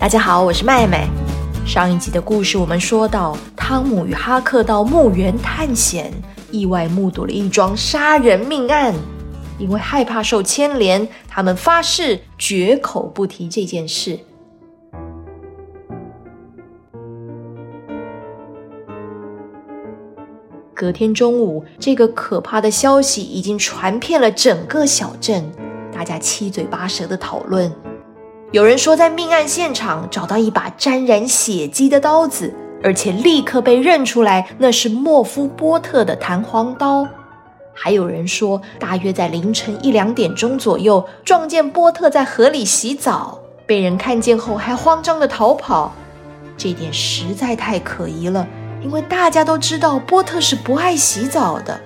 大家好，我是麦麦。上一集的故事我们说到，汤姆与哈克到墓园探险，意外目睹了一桩杀人命案。因为害怕受牵连，他们发誓绝口不提这件事。隔天中午，这个可怕的消息已经传遍了整个小镇，大家七嘴八舌的讨论。有人说在命案现场找到一把沾染血迹的刀子，而且立刻被认出来那是莫夫波特的弹簧刀。还有人说大约在凌晨1-2点钟左右，撞见波特在河里洗澡，被人看见后还慌张地逃跑。这点实在太可疑了，因为大家都知道波特是不爱洗澡的。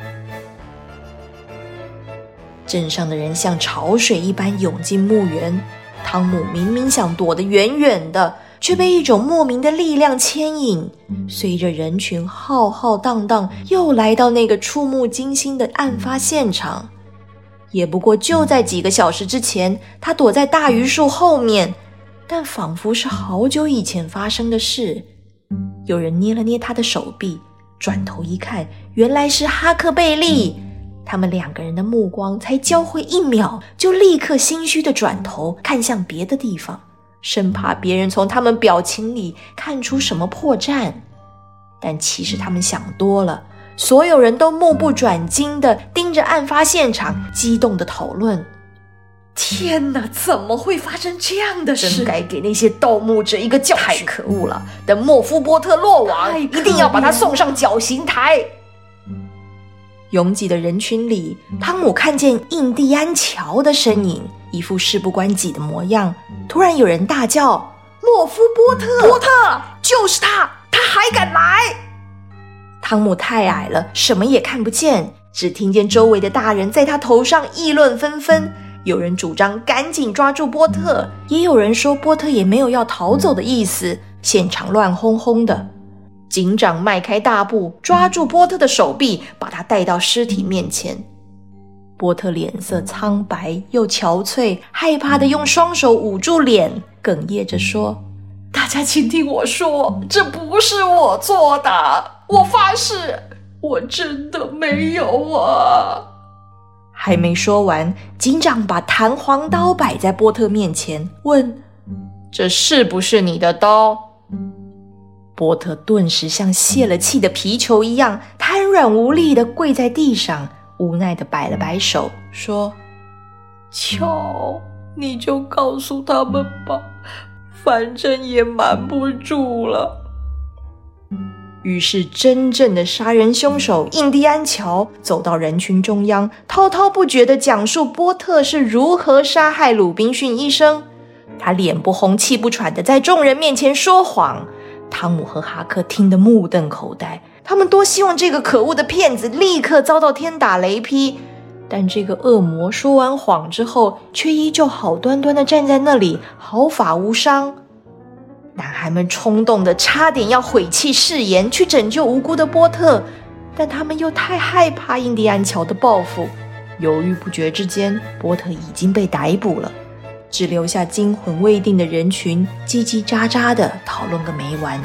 镇上的人像潮水一般涌进墓园，汤姆明明想躲得远远的，却被一种莫名的力量牵引，随着人群浩浩荡荡又来到那个触目惊心的案发现场。也不过就在几个小时之前，他躲在大榆树后面，但仿佛是好久以前发生的事。有人捏了捏他的手臂，转头一看，原来是哈克贝利。他们两个人的目光才交汇1秒，就立刻心虚地转头看向别的地方，生怕别人从他们表情里看出什么破绽。但其实他们想多了，所有人都目不转睛地盯着案发现场，激动地讨论。天哪，怎么会发生这样的事？真该给那些盗墓者一个教训！太可恶了！等莫夫波特落网，一定要把他送上绞刑台。拥挤的人群里，汤姆看见印第安乔的身影，一副事不关己的模样。突然有人大叫：莫夫波特！波特！就是他！他还敢来！汤姆太矮了，什么也看不见，只听见周围的大人在他头上议论纷纷。有人主张赶紧抓住波特，也有人说波特也没有要逃走的意思，现场乱哄哄的。警长迈开大步，抓住波特的手臂，把他带到尸体面前。波特脸色苍白又憔悴，害怕地用双手捂住脸，哽咽着说：大家请听我说，这不是我做的，我发誓，我真的没有啊。还没说完，警长把弹簧刀摆在波特面前，问：这是不是你的刀？波特顿时像泄了气的皮球一样，瘫软无力地跪在地上，无奈地摆了摆手，说：乔，你就告诉他们吧，反正也瞒不住了。于是真正的杀人凶手印第安乔走到人群中央，滔滔不绝地讲述波特是如何杀害鲁滨逊医生。他脸不红气不喘地在众人面前说谎。汤姆和哈克听得目瞪口呆，他们多希望这个可恶的骗子立刻遭到天打雷劈，但这个恶魔说完谎之后，却依旧好端端地站在那里，毫发无伤。男孩们冲动的差点要毁弃誓言，去拯救无辜的波特，但他们又太害怕印第安乔的报复。犹豫不决之间，波特已经被逮捕了，只留下惊魂未定的人群叽叽喳喳地讨论个没完。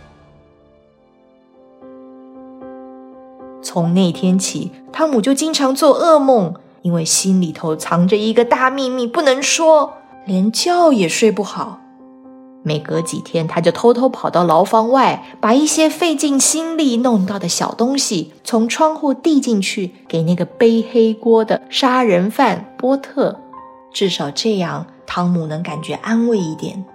从那天起，汤姆就经常做噩梦，因为心里头藏着一个大秘密不能说，连觉也睡不好。每隔几天，他就偷偷跑到牢房外，把一些费尽心力弄到的小东西从窗户递进去，给那个背黑锅的杀人犯波特。至少这样，汤姆能感觉安慰一点。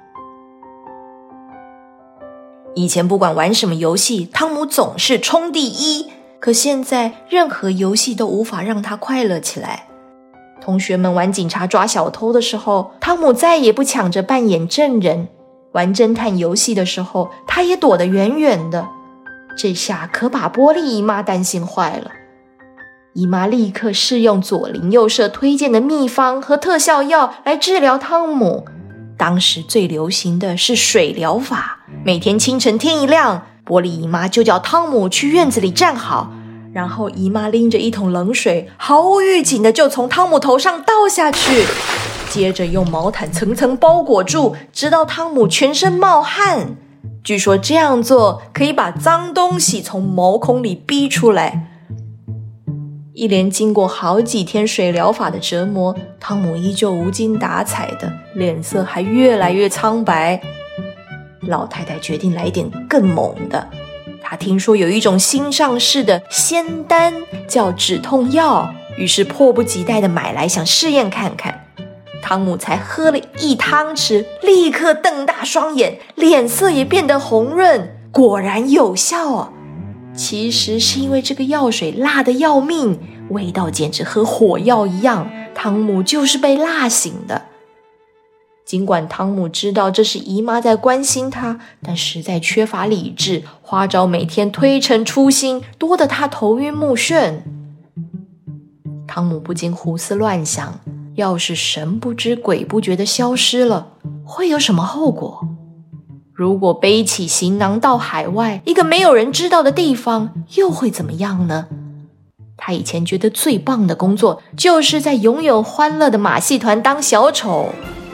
以前不管玩什么游戏，汤姆总是冲第一，可现在任何游戏都无法让他快乐起来。同学们玩警察抓小偷的时候，汤姆再也不抢着扮演证人。玩侦探游戏的时候，他也躲得远远的。这下可把波利姨妈担心坏了。姨妈立刻试用左邻右舍推荐的秘方和特效药来治疗汤姆。当时最流行的是水疗法，每天清晨天一亮，波利姨妈就叫汤姆去院子里站好，然后姨妈拎着一桶冷水，毫无预警的就从汤姆头上倒下去。 接着用毛毯层层包裹住，直到汤姆全身冒汗。据说这样做可以把脏东西从毛孔里逼出来。一连经过好几天水疗法的折磨，汤姆依旧无精打采的，脸色还越来越苍白。老太太决定来点更猛的。她听说有一种新上市的仙丹叫止痛药，于是迫不及待地买来想试验看看。汤姆才喝了1汤匙，立刻瞪大双眼，脸色也变得红润，果然有效啊！其实是因为这个药水辣得要命，味道简直和火药一样，汤姆就是被辣醒的。尽管汤姆知道这是姨妈在关心他，但实在缺乏理智，花招每天推陈出新，多得他头晕目眩。汤姆不禁胡思乱想，要是神不知鬼不觉地消失了，会有什么后果？如果背起行囊到海外，一个没有人知道的地方，又会怎么样呢？他以前觉得最棒的工作，就是在拥有欢乐的马戏团当小丑。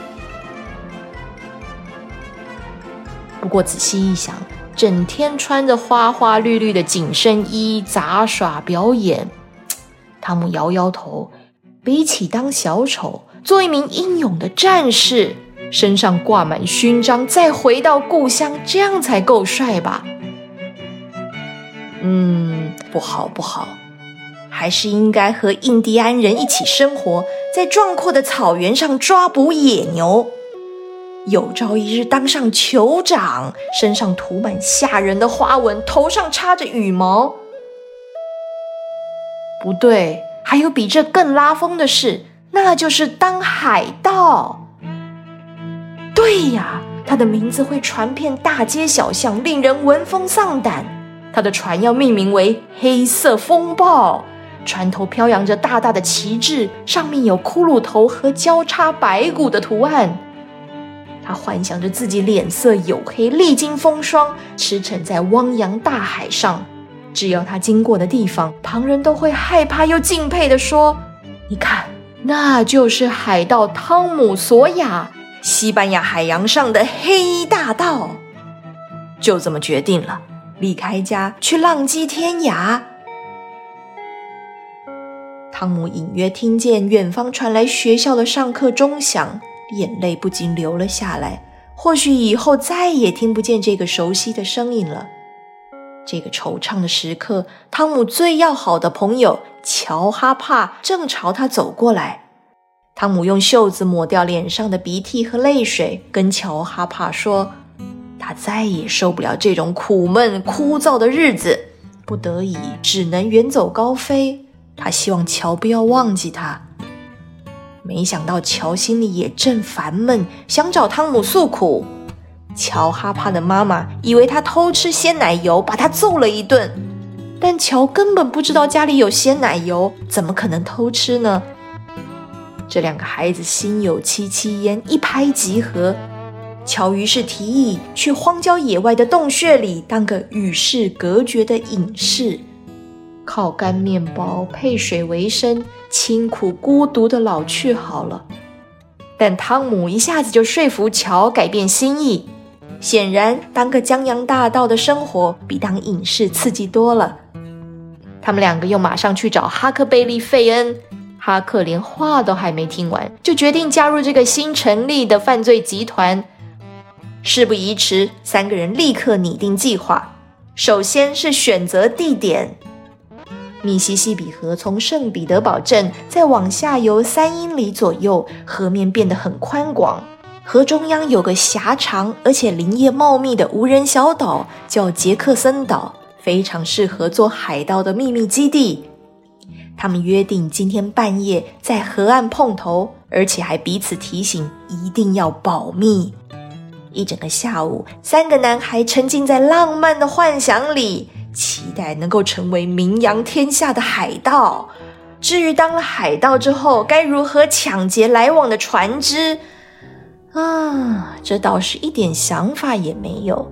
不过仔细一想，整天穿着花花绿绿的紧身衣杂耍表演，汤姆摇摇头，比起当小丑，做一名英勇的战士，身上挂满勋章，再回到故乡，这样才够帅吧？不好，还是应该和印第安人一起生活，在壮阔的草原上抓捕野牛。有朝一日当上酋长，身上涂满吓人的花纹，头上插着羽毛。不对，还有比这更拉风的事，那就是当海盗。对呀，他的名字会传遍大街小巷，令人闻风丧胆。他的船要命名为黑色风暴，船头飘扬着大大的旗帜，上面有骷髅头和交叉白骨的图案。他幻想着自己脸色黝黑，历经风霜，驰骋在汪洋大海上。只要他经过的地方，旁人都会害怕又敬佩地说：你看，那就是海盗汤姆·索亚，西班牙海洋上的黑大盗。就这么决定了，离开家去浪迹天涯。汤姆隐约听见远方传来学校的上课钟响，眼泪不禁流了下来。或许以后再也听不见这个熟悉的声音了。这个惆怅的时刻，汤姆最要好的朋友乔哈帕正朝他走过来。汤姆用袖子抹掉脸上的鼻涕和泪水，跟乔哈帕说，他再也受不了这种苦闷枯燥的日子，不得已只能远走高飞。他希望乔不要忘记他。没想到乔心里也正烦闷，想找汤姆诉苦。乔哈帕的妈妈以为他偷吃鲜奶油，把他揍了一顿。但乔根本不知道家里有鲜奶油，怎么可能偷吃呢？这两个孩子心有戚戚焉，一拍即合。乔于是提议去荒郊野外的洞穴里当个与世隔绝的隐士，靠干面包配水为生，清苦孤独的老去好了。但汤姆一下子就说服乔改变心意。显然当个江洋大盗的生活比当隐士刺激多了。他们两个又马上去找哈克贝利·费恩。哈克连话都还没听完，就决定加入这个新成立的犯罪集团。事不宜迟，三个人立刻拟定计划。首先是选择地点。密西西比河从圣彼得堡镇再往下游3英里左右，河面变得很宽广。河中央有个狭长而且林叶茂密的无人小岛，叫杰克森岛，非常适合做海盗的秘密基地。他们约定今天半夜在河岸碰头，而且还彼此提醒一定要保密。一整个下午，三个男孩沉浸在浪漫的幻想里，期待能够成为名扬天下的海盗。至于当了海盗之后该如何抢劫来往的船只，这倒是一点想法也没有。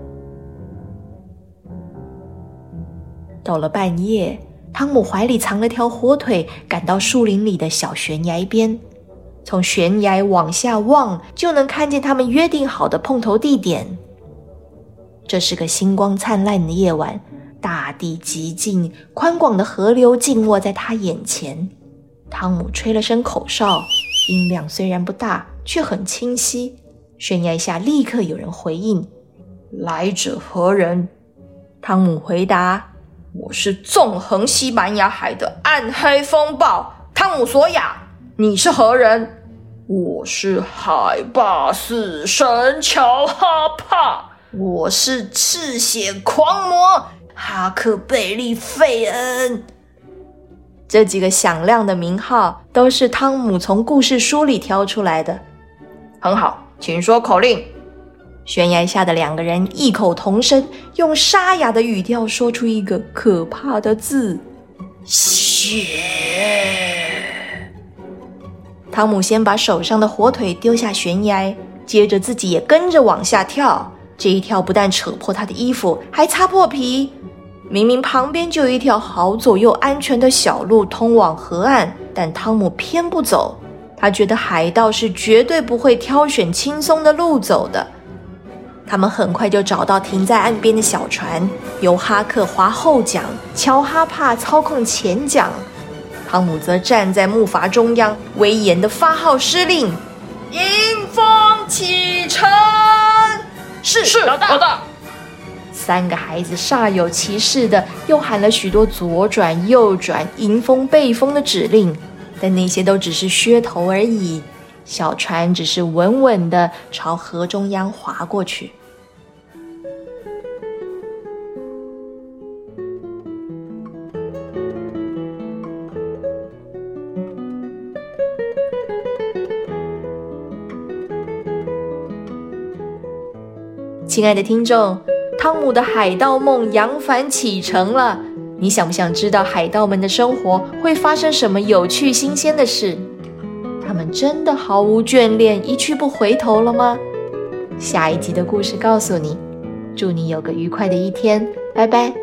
到了半夜，汤姆怀里藏了条火腿，赶到树林里的小悬崖边。 从悬崖往下望，就能看见他们约定好的碰头地点。这是个星光灿烂的夜晚，大地极静，宽广的河流静卧在他眼前。汤姆吹了声口哨，音量虽然不大，却很清晰。悬崖下立刻有人回应：来者何人？汤姆回答：我是纵横西班牙海的暗黑风暴汤姆索亚。你是何人？我是海霸死神乔哈帕。我是赤血狂魔哈克贝利费恩。这几个响亮的名号都是汤姆从故事书里挑出来的。很好，请说口令。悬崖下的两个人异口同声，用沙哑的语调说出一个可怕的字：血。汤姆先把手上的火腿丢下悬崖，接着自己也跟着往下跳。这一跳不但扯破他的衣服，还擦破皮。明明旁边就有一条好走又安全的小路通往河岸，但汤姆偏不走。他觉得海盗是绝对不会挑选轻松的路走的。他们很快就找到停在岸边的小船，由哈克划后桨，乔哈帕操控前桨。汤姆则站在木筏中央，威严地发号施令：迎风启程。是，老大。三个孩子煞有其事的又喊了许多左转右转迎风背风的指令，但那些都只是噱头而已。小船只是稳稳地朝河中央划过去。亲爱的听众，汤姆的海盗梦扬帆启程了。你想不想知道海盗们的生活会发生什么有趣新鲜的事？他们真的毫无眷恋，一去不回头了吗？下一集的故事告诉你。祝你有个愉快的一天，拜拜。